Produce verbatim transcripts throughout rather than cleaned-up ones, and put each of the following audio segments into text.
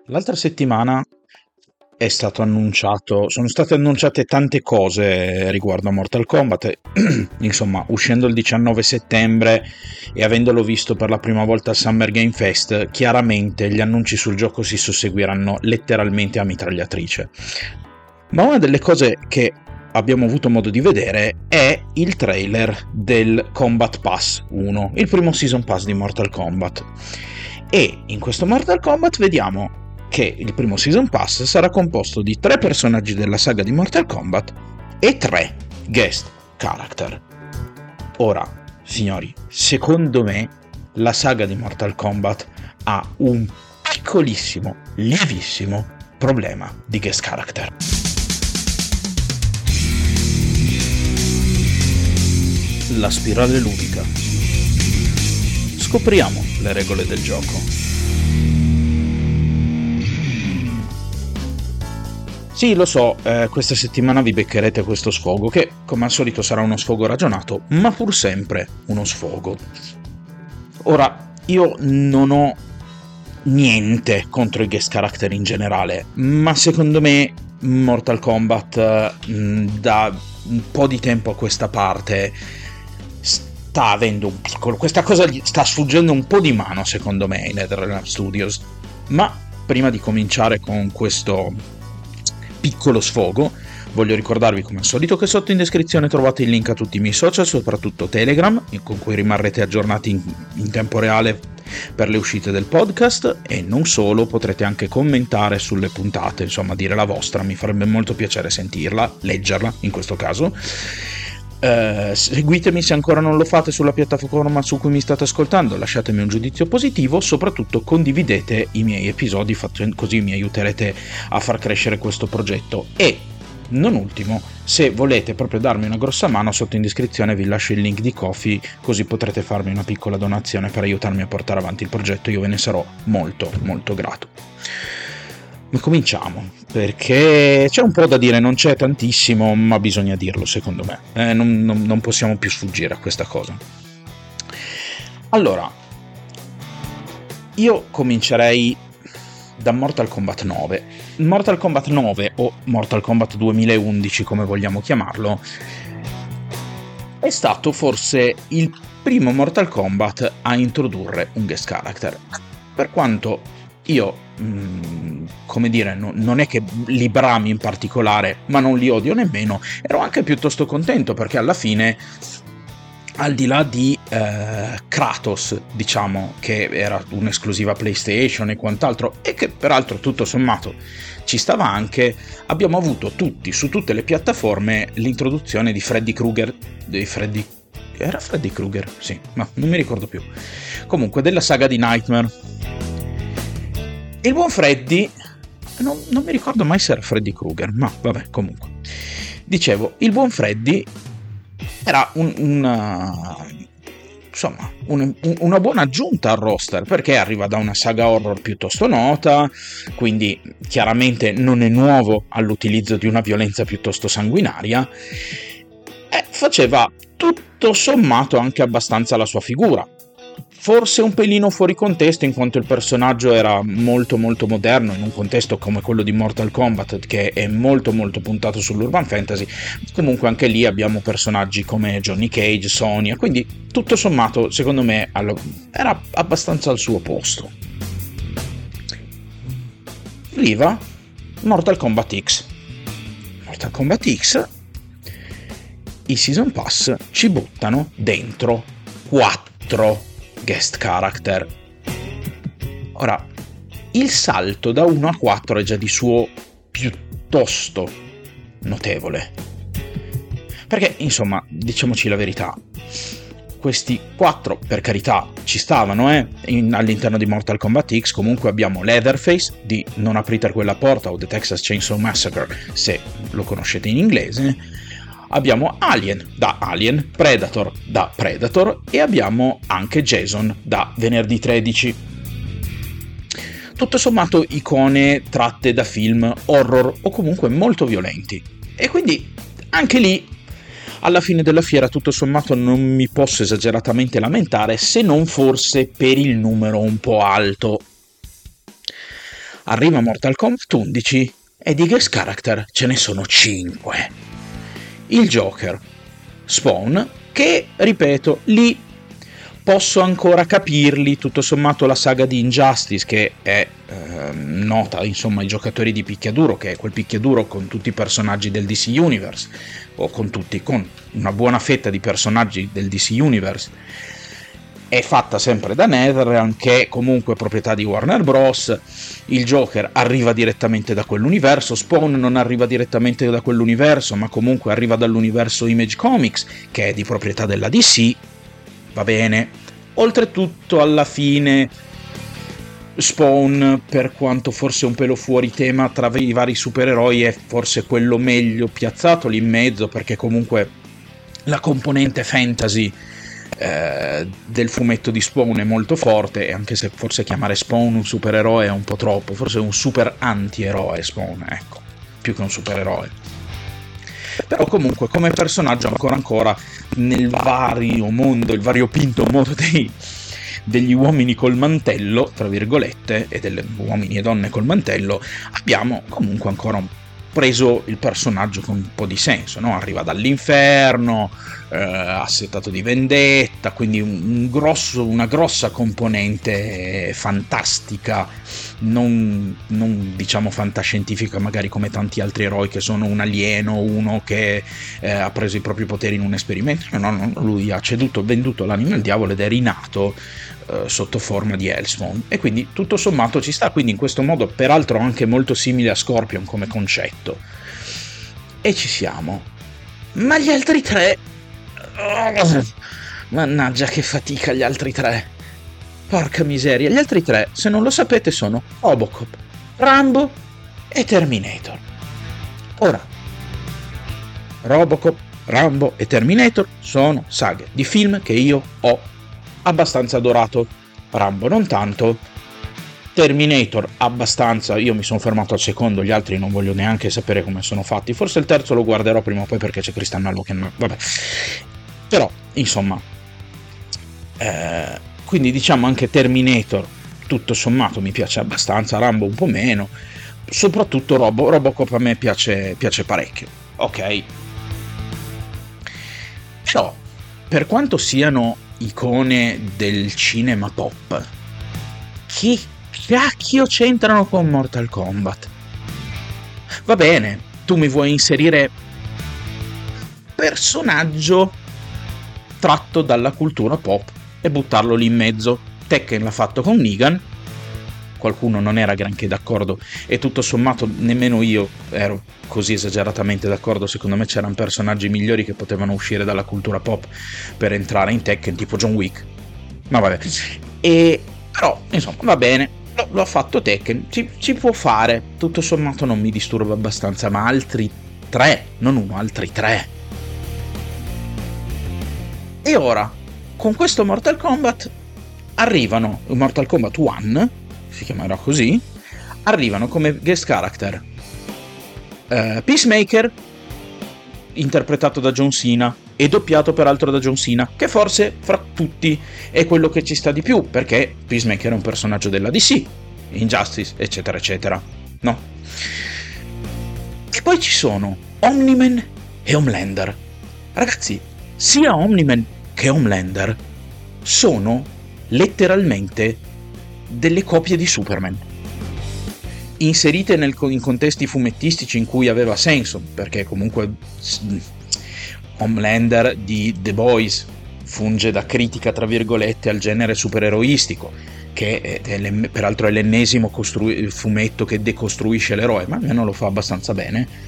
L'altra settimana è stato annunciato, sono state annunciate tante cose riguardo a Mortal Kombat. Insomma, uscendo il diciannove settembre e avendolo visto per la prima volta al Summer Game Fest, chiaramente gli annunci sul gioco si susseguiranno letteralmente a mitragliatrice. Ma una delle cose che abbiamo avuto modo di vedere è il trailer del Combat Pass uno, il primo Season Pass di Mortal Kombat. E in questo Mortal Kombat vediamo che il primo Season Pass sarà composto di tre personaggi della saga di Mortal Kombat e tre guest character. Ora, signori, secondo me la saga di Mortal Kombat ha un piccolissimo, lievissimo problema di guest character. La spirale ludica. Scopriamo le regole del gioco. Sì, lo so, eh, questa settimana vi beccherete questo sfogo, che come al solito sarà uno sfogo ragionato, ma pur sempre uno sfogo. Ora, io non ho niente contro i guest character in generale, ma secondo me Mortal Kombat mh, da un po' di tempo a questa parte sta avendo un piccolo... questa cosa gli sta sfuggendo un po' di mano, secondo me, ai NetherRealm Studios. Ma prima di cominciare con questo piccolo sfogo, voglio ricordarvi come al solito che sotto in descrizione trovate il link a tutti i miei social, soprattutto Telegram, con cui rimarrete aggiornati in, in tempo reale per le uscite del podcast, e non solo, potrete anche commentare sulle puntate, insomma dire la vostra, mi farebbe molto piacere sentirla, leggerla in questo caso. Uh, seguitemi se ancora non lo fate sulla piattaforma su cui mi state ascoltando, lasciatemi un giudizio positivo, soprattutto condividete i miei episodi, così mi aiuterete a far crescere questo progetto. E non ultimo, se volete proprio darmi una grossa mano, sotto in descrizione vi lascio il link di Ko-fi, così potrete farmi una piccola donazione per aiutarmi a portare avanti il progetto, io ve ne sarò molto molto grato. Ma cominciamo, perché c'è un po' da dire, non c'è tantissimo, ma bisogna dirlo secondo me, eh, non, non, non possiamo più sfuggire a questa cosa. Allora, io comincerei da Mortal Kombat nove. Mortal Kombat nove, o Mortal Kombat duemilaundici come vogliamo chiamarlo, è stato forse il primo Mortal Kombat a introdurre un guest character. Per quanto io, mh, come dire, no, non è che li brami in particolare, ma non li odio nemmeno, ero anche piuttosto contento, perché alla fine, al di là di eh, Kratos, diciamo, che era un'esclusiva PlayStation e quant'altro, e che peraltro tutto sommato ci stava anche, abbiamo avuto tutti, su tutte le piattaforme, l'introduzione di Freddy Krueger, di Freddy... era Freddy Krueger? Sì, ma non mi ricordo più. Comunque, della saga di Nightmare. Il buon Freddy, non, non mi ricordo mai se era Freddy Krueger, ma vabbè, comunque. Dicevo, il buon Freddy era un, una, insomma, un, un, una buona aggiunta al roster, perché arriva da una saga horror piuttosto nota, quindi chiaramente non è nuovo all'utilizzo di una violenza piuttosto sanguinaria, e faceva tutto sommato anche abbastanza la sua figura. Forse un pelino fuori contesto, in quanto il personaggio era molto molto moderno in un contesto come quello di Mortal Kombat, che è molto molto puntato sull'urban fantasy. Comunque anche lì abbiamo personaggi come Johnny Cage, Sonya, quindi tutto sommato secondo me era abbastanza al suo posto. Arriva Mortal Kombat X. Mortal Kombat X, i Season Pass ci buttano dentro quattro guest character. Ora, il salto da uno a quattro è già di suo piuttosto notevole, perché insomma, diciamoci la verità, questi quattro per carità ci stavano, eh? In, all'interno di Mortal Kombat X comunque abbiamo Leatherface di Non aprite quella porta, o The Texas Chainsaw Massacre se lo conoscete in inglese, abbiamo Alien da Alien, Predator da Predator, e abbiamo anche Jason da Venerdì tredici. Tutto sommato icone tratte da film horror o comunque molto violenti. E quindi anche lì, alla fine della fiera, tutto sommato non mi posso esageratamente lamentare, se non forse per il numero un po' alto. Arriva Mortal Kombat undici e di guest character ce ne sono cinque. Il Joker, Spawn, che, ripeto, lì posso ancora capirli, tutto sommato la saga di Injustice, che è eh, nota, insomma, ai giocatori di picchiaduro, che è quel picchiaduro con tutti i personaggi del D C Universe, o con tutti, con una buona fetta di personaggi del D C Universe, è fatta sempre da NetherRealm, che è comunque proprietà di Warner Bros. Il Joker arriva direttamente da quell'universo, Spawn non arriva direttamente da quell'universo, ma comunque arriva dall'universo Image Comics, che è di proprietà della D C. Va bene. Oltretutto, alla fine, Spawn, per quanto forse un pelo fuori tema tra i vari supereroi, è forse quello meglio piazzato lì in mezzo, perché comunque la componente fantasy eh, del fumetto di Spawn è molto forte, e anche se forse chiamare Spawn un supereroe è un po' troppo, forse è un super antieroe Spawn, ecco, più che un supereroe. Però comunque come personaggio ancora ancora nel vario mondo, il variopinto mondo dei, degli uomini col mantello, tra virgolette, e delle uomini e donne col mantello, abbiamo comunque ancora preso il personaggio con un po' di senso, no? Arriva dall'inferno, eh, assetato di vendetta, quindi un, un grosso, una grossa componente fantastica, non, non diciamo fantascientifica magari come tanti altri eroi che sono un alieno, uno che eh, ha preso i propri poteri in un esperimento. No, no, no, lui ha ceduto, venduto l'anima al diavolo ed è rinato eh, sotto forma di Hellspawn, e quindi tutto sommato ci sta, quindi in questo modo peraltro anche molto simile a Scorpion come concetto. E ci siamo. Ma gli altri tre, oh, mannaggia che fatica gli altri tre. Porca miseria, gli altri tre, se non lo sapete, sono Robocop, Rambo e Terminator. Ora, Robocop, Rambo e Terminator sono saghe di film che io ho abbastanza adorato. Rambo non tanto, Terminator abbastanza, io mi sono fermato al secondo, gli altri non voglio neanche sapere come sono fatti, forse il terzo lo guarderò prima o poi perché c'è Christian Nallo che non... vabbè. Però, insomma... Eh... Quindi diciamo anche Terminator tutto sommato mi piace abbastanza, Rambo un po' meno, soprattutto Robo, Robocop a me piace, piace parecchio, ok? Però per quanto siano icone del cinema pop, che cacchio c'entrano con Mortal Kombat? Va bene, tu mi vuoi inserire personaggio tratto dalla cultura pop e buttarlo lì in mezzo. Tekken l'ha fatto con Negan, qualcuno non era granché d'accordo, e tutto sommato nemmeno io ero così esageratamente d'accordo. Secondo me c'erano personaggi migliori che potevano uscire dalla cultura pop per entrare in Tekken, tipo John Wick, ma vabbè. E però insomma va bene, lo, lo ha fatto Tekken, ci, ci può fare, tutto sommato non mi disturba abbastanza. Ma altri tre, non uno, altri tre. E ora con questo Mortal Kombat arrivano, Mortal Kombat uno, si chiamerà così, arrivano come guest character uh, Peacemaker, interpretato da John Cena e doppiato peraltro da John Cena, che forse fra tutti è quello che ci sta di più, perché Peacemaker è un personaggio della D C, Injustice, eccetera eccetera, no? E poi ci sono Omni-Man e Homelander. Ragazzi, sia Omni-Man che Homelander sono letteralmente delle copie di Superman, inserite nel, in contesti fumettistici in cui aveva senso, perché comunque Homelander di The Boys funge da critica tra virgolette al genere supereroistico, che è, è peraltro è l'ennesimo costru- fumetto che decostruisce l'eroe, ma almeno lo fa abbastanza bene.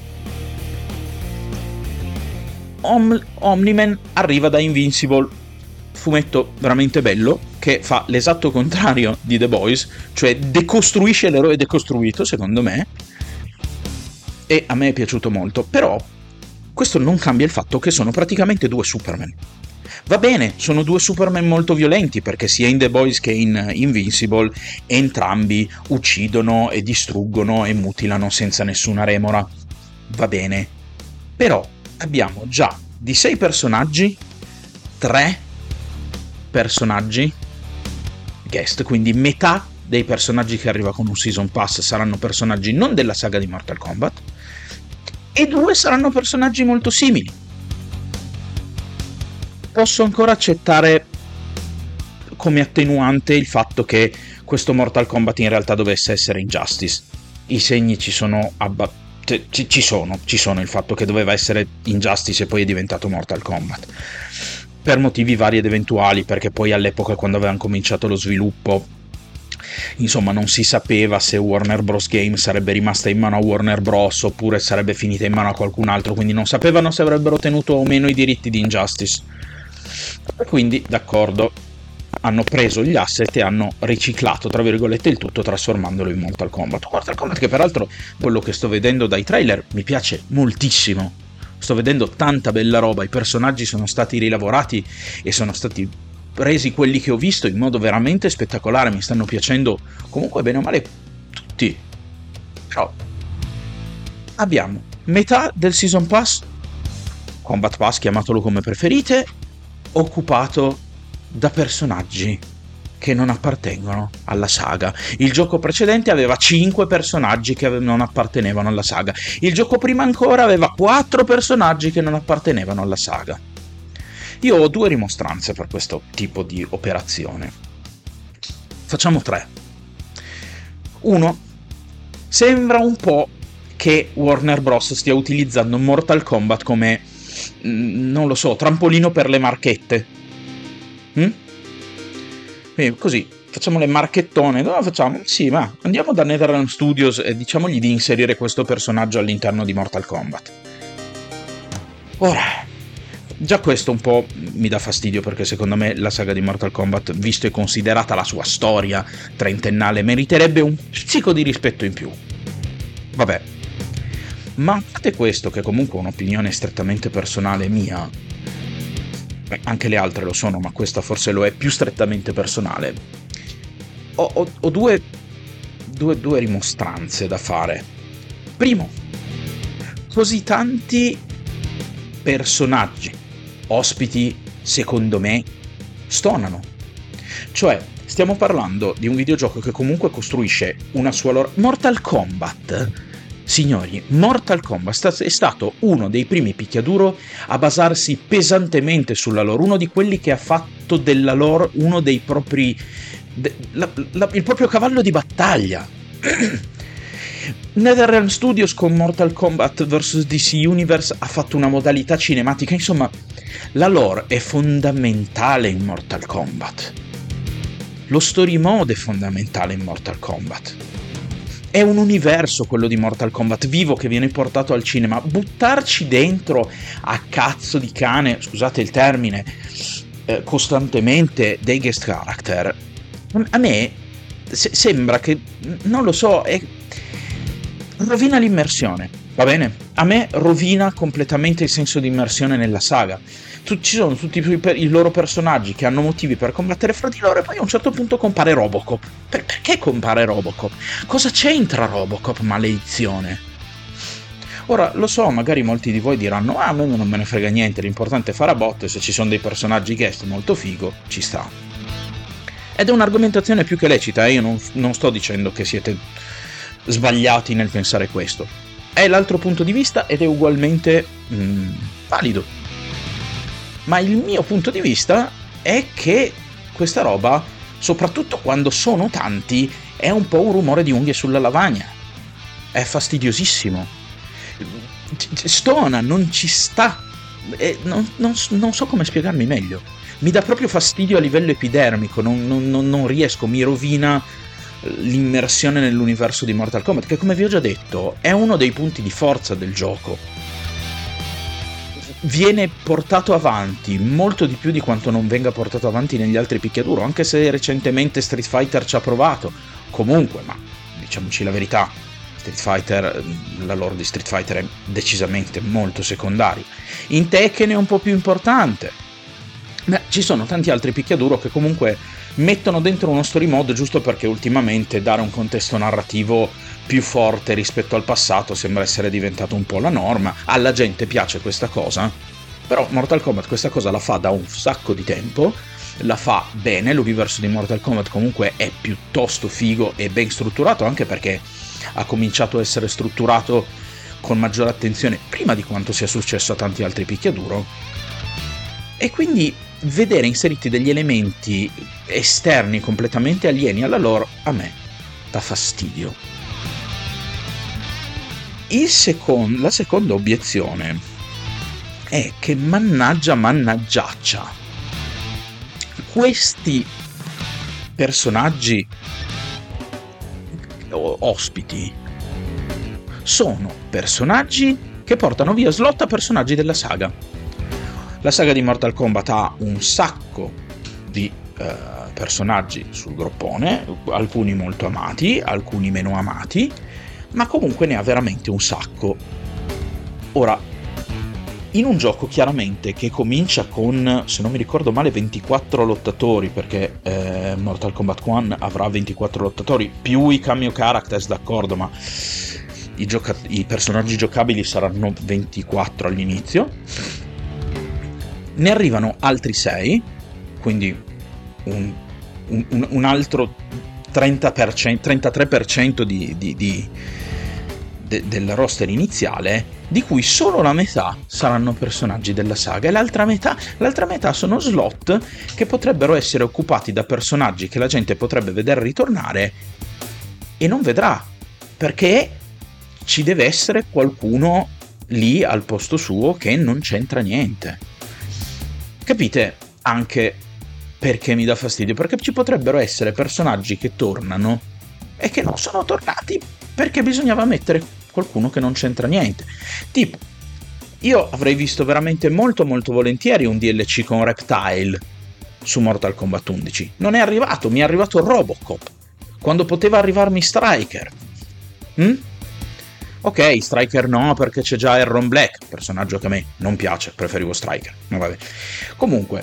Om- Omni-Man arriva da Invincible, fumetto veramente bello che fa l'esatto contrario di The Boys, cioè decostruisce l'eroe decostruito, secondo me, e a me è piaciuto molto. Però questo non cambia il fatto che sono praticamente due Superman. Va bene, sono due Superman molto violenti, perché sia in The Boys che in Invincible entrambi uccidono e distruggono e mutilano senza nessuna remora, va bene. Però abbiamo già di sei personaggi, tre personaggi guest, quindi metà dei personaggi che arriva con un Season Pass saranno personaggi non della saga di Mortal Kombat, e due saranno personaggi molto simili. Posso ancora accettare come attenuante il fatto che questo Mortal Kombat in realtà dovesse essere Injustice. I segni ci sono abba- ci, ci sono, ci sono il fatto che doveva essere Injustice e poi è diventato Mortal Kombat. Per motivi vari ed eventuali, perché poi all'epoca quando avevano cominciato lo sviluppo, insomma, non si sapeva se Warner Bros. Games sarebbe rimasta in mano a Warner Bros. Oppure sarebbe finita in mano a qualcun altro, quindi non sapevano se avrebbero tenuto o meno i diritti di Injustice. E quindi, d'accordo, hanno preso gli asset e hanno riciclato, tra virgolette, il tutto trasformandolo in Mortal Kombat. Mortal Kombat che peraltro, quello che sto vedendo dai trailer, mi piace moltissimo. Sto vedendo tanta bella roba, i personaggi sono stati rilavorati e sono stati presi quelli che ho visto in modo veramente spettacolare, mi stanno piacendo comunque bene o male tutti. Però abbiamo metà del Season Pass, Combat Pass, chiamatelo come preferite, occupato da personaggi che non appartengono alla saga. Il gioco precedente aveva cinque personaggi che non appartenevano alla saga. Il gioco prima ancora aveva quattro personaggi che non appartenevano alla saga. Io ho due rimostranze per questo tipo di operazione. Facciamo tre. Uno, sembra un po' che Warner Bros. Stia utilizzando Mortal Kombat come, non lo so, trampolino per le marchette. Mm? E così facciamo le marchettone. Dove facciamo? Sì, ma andiamo da NetherRealm Studios e diciamogli di inserire questo personaggio all'interno di Mortal Kombat. Ora, già questo un po' mi dà fastidio, perché secondo me la saga di Mortal Kombat, visto e considerata la sua storia trentennale, meriterebbe un pizzico di rispetto in più. Vabbè, ma a parte questo, che comunque è un'opinione strettamente personale mia, beh, anche le altre lo sono, ma questa forse lo è più strettamente personale, ho, ho, ho due, due, due rimostranze da fare. Primo, così tanti personaggi ospiti, secondo me, stonano. Cioè, stiamo parlando di un videogioco che comunque costruisce una sua lore. Mortal Kombat, signori, Mortal Kombat è stato uno dei primi picchiaduro a basarsi pesantemente sulla lore, uno di quelli che ha fatto della lore uno dei propri de, la, la, il proprio cavallo di battaglia. NetherRealm Studios con Mortal Kombat versus D C Universe ha fatto una modalità cinematica. Insomma, la lore è fondamentale in Mortal Kombat. Lo story mode è fondamentale in Mortal Kombat. È un universo, quello di Mortal Kombat, vivo, che viene portato al cinema. Buttarci dentro a cazzo di cane, scusate il termine, eh, costantemente dei guest character, a me se- sembra che, non lo so, è... rovina l'immersione, va bene? A me rovina completamente il senso di immersione nella saga. Tu, ci sono tutti i, i loro personaggi che hanno motivi per combattere fra di loro, e poi a un certo punto compare Robocop. Per, perché compare Robocop? Cosa c'entra Robocop, maledizione? Ora, lo so, magari molti di voi diranno: ah, a me non me ne frega niente, l'importante è fare a botte, se ci sono dei personaggi guest molto figo, ci sta. Ed è un'argomentazione più che lecita, eh? Io non, non sto dicendo che siete sbagliati nel pensare questo. È l'altro punto di vista ed è ugualmente mm, valido. Ma il mio punto di vista è che questa roba, soprattutto quando sono tanti, è un po' un rumore di unghie sulla lavagna. È fastidiosissimo. Stona, non ci sta. E non, non, non so come spiegarmi meglio. Mi dà proprio fastidio a livello epidermico, non, non, non riesco, mi rovina l'immersione nell'universo di Mortal Kombat, che, come vi ho già detto, è uno dei punti di forza del gioco. Viene portato avanti molto di più di quanto non venga portato avanti negli altri picchiaduro, anche se recentemente Street Fighter ci ha provato. Comunque, ma diciamoci la verità, Street Fighter, la lore di Street Fighter è decisamente molto secondaria. In Tekken è un po' più importante. Ma ci sono tanti altri picchiaduro che comunque mettono dentro uno story mode, giusto perché ultimamente dare un contesto narrativo più forte rispetto al passato sembra essere diventato un po' la norma. Alla gente piace questa cosa, però Mortal Kombat questa cosa la fa da un sacco di tempo la fa bene, l'universo di Mortal Kombat comunque è piuttosto figo e ben strutturato, anche perché ha cominciato a essere strutturato con maggiore attenzione prima di quanto sia successo a tanti altri picchiaduro, e quindi vedere inseriti degli elementi esterni completamente alieni alla lore a me dà fastidio. Il second, la seconda obiezione è che mannaggia mannaggiaccia, questi personaggi ospiti sono personaggi che portano via slot a personaggi della saga. La saga di Mortal Kombat ha un sacco di eh, personaggi sul groppone, alcuni molto amati, alcuni meno amati, ma comunque ne ha veramente un sacco. Ora, in un gioco chiaramente che comincia con, se non mi ricordo male, ventiquattro lottatori, perché eh, Mortal Kombat uno avrà ventiquattro lottatori, più i cameo characters, d'accordo, ma i, gioca- i personaggi giocabili saranno ventiquattro all'inizio. Ne arrivano altri sei, quindi un, un, un altro trenta per cento, trentatré per cento di, di, di, de, del roster iniziale, di cui solo la metà saranno personaggi della saga, e l'altra metà, l'altra metà sono slot che potrebbero essere occupati da personaggi che la gente potrebbe vedere ritornare e non vedrà, perché ci deve essere qualcuno lì al posto suo che non c'entra niente. Capite anche perché mi dà fastidio? Perché ci potrebbero essere personaggi che tornano e che non sono tornati perché bisognava mettere qualcuno che non c'entra niente. Tipo, io avrei visto veramente molto molto volentieri un D L C con Reptile su Mortal Kombat undici. Non è arrivato, mi è arrivato Robocop, quando poteva arrivarmi Striker. Hm? Ok, Striker no, perché c'è già Erron Black, personaggio che a me non piace, preferivo Striker, ma vabbè. Comunque,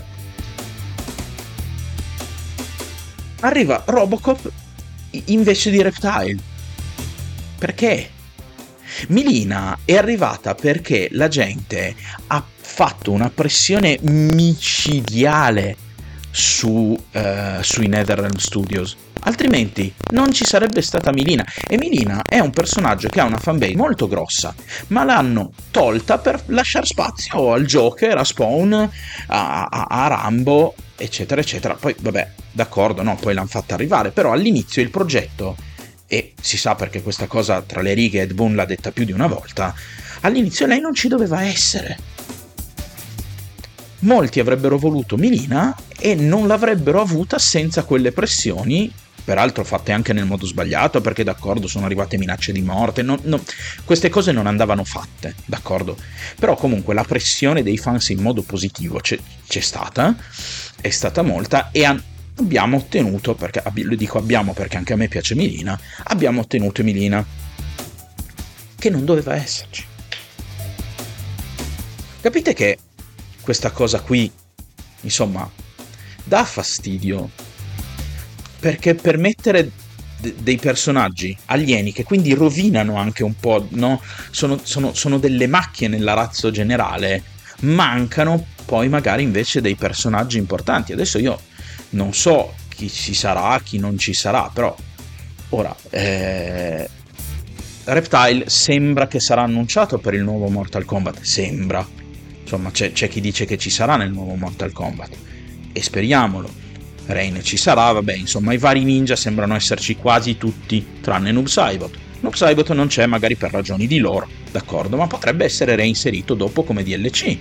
arriva Robocop invece di Reptile. Perché? Milina è arrivata perché la gente ha fatto una pressione micidiale su, uh, sui NetherRealm Studios, altrimenti non ci sarebbe stata Milina. E Milina è un personaggio che ha una fanbase molto grossa, ma l'hanno tolta per lasciare spazio al Joker, a Spawn, a, a, a Rambo, eccetera eccetera. Poi vabbè, d'accordo, no, poi l'hanno fatta arrivare, però all'inizio il progetto, e si sa perché questa cosa tra le righe Ed Boon l'ha detta più di una volta, all'inizio lei non ci doveva essere. Molti avrebbero voluto Milina e non l'avrebbero avuta senza quelle pressioni, peraltro fatte anche nel modo sbagliato, perché d'accordo sono arrivate minacce di morte, non, non, queste cose non andavano fatte, d'accordo, però comunque la pressione dei fans in modo positivo c'è, c'è stata, è stata molta, e an- abbiamo ottenuto, perché lo dico abbiamo perché anche a me piace Milina, abbiamo ottenuto Milina che non doveva esserci. Capite che questa cosa qui, insomma, dà fastidio, perché per mettere d- dei personaggi alieni che quindi rovinano anche un po', no? Sono, sono, sono delle macchie nell'arazzo generale, mancano poi magari invece dei personaggi importanti. Adesso io non so chi ci sarà, chi non ci sarà, però ora eh, Reptile sembra che sarà annunciato per il nuovo Mortal Kombat, sembra, insomma c'è, c'è chi dice che ci sarà nel nuovo Mortal Kombat e speriamolo. Rain ci sarà, vabbè, insomma i vari ninja sembrano esserci quasi tutti tranne Noob Saibot. Noob Saibot non c'è magari per ragioni di lore, d'accordo, ma potrebbe essere reinserito dopo come D L C.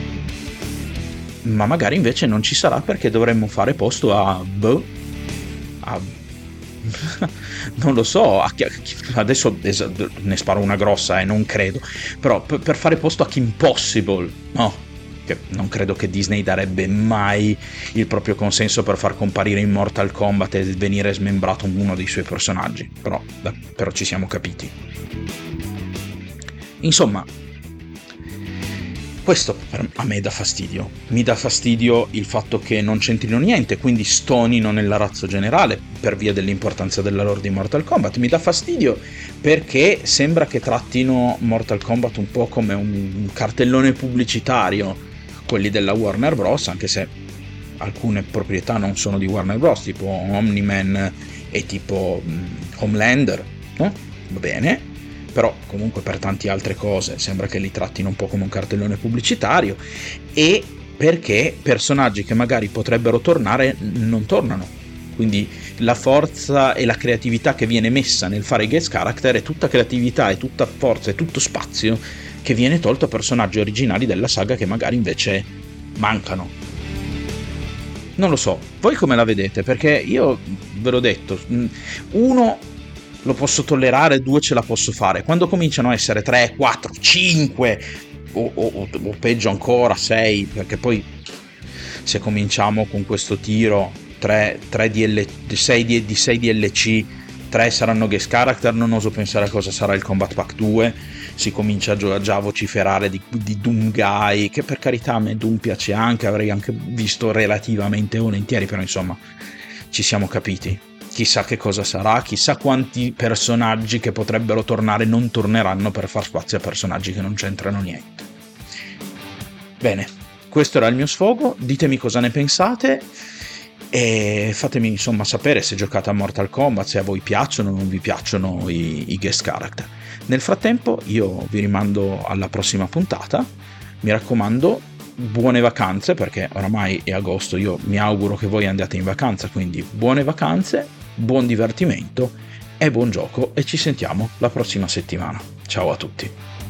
Ma magari invece non ci sarà perché dovremmo fare posto a boh, a non lo so, a chi, adesso ne sparo una grossa e eh, non credo, però p- per fare posto a Kim Possible, no, che non credo che Disney darebbe mai il proprio consenso per far comparire in Mortal Kombat e venire smembrato uno dei suoi personaggi, però, da, però ci siamo capiti. Insomma, questo a me dà fastidio. Mi dà fastidio il fatto che non c'entrino niente, quindi stonino nell'arazzo generale per via dell'importanza della lore di Mortal Kombat. Mi dà fastidio perché sembra che trattino Mortal Kombat un po' come un cartellone pubblicitario, quelli della Warner Bros., anche se alcune proprietà non sono di Warner Bros, tipo Omni-Man e tipo mh, Homelander, no? Va bene, però comunque per tante altre cose sembra che li trattino un po' come un cartellone pubblicitario, e perché personaggi che magari potrebbero tornare non tornano. Quindi la forza e la creatività che viene messa nel fare guest character è tutta creatività, è tutta forza, è tutto spazio che viene tolto a personaggi originali della saga che magari invece mancano. Non lo so, voi come la vedete? Perché io ve l'ho detto, uno lo posso tollerare, due ce la posso fare. Quando cominciano a essere tre, quattro, cinque o, o, o peggio ancora sei, perché poi se cominciamo con questo tiro tre, tre D L, sei di sei D L C, tre saranno guest character, non oso pensare a cosa sarà il Combat Pack due. Si comincia già a vociferare di, di Doom Guy, che per carità a me Doom piace anche, avrei anche visto relativamente volentieri, però insomma ci siamo capiti. Chissà che cosa sarà, chissà quanti personaggi che potrebbero tornare non torneranno per far spazio a personaggi che non c'entrano niente. Bene, questo era il mio sfogo, ditemi cosa ne pensate e fatemi insomma sapere se giocate a Mortal Kombat, se a voi piacciono o non vi piacciono i, i guest character. Nel frattempo io vi rimando alla prossima puntata, mi raccomando buone vacanze, perché oramai è agosto, io mi auguro che voi andiate in vacanza, quindi buone vacanze, buon divertimento e buon gioco, e ci sentiamo la prossima settimana. Ciao a tutti.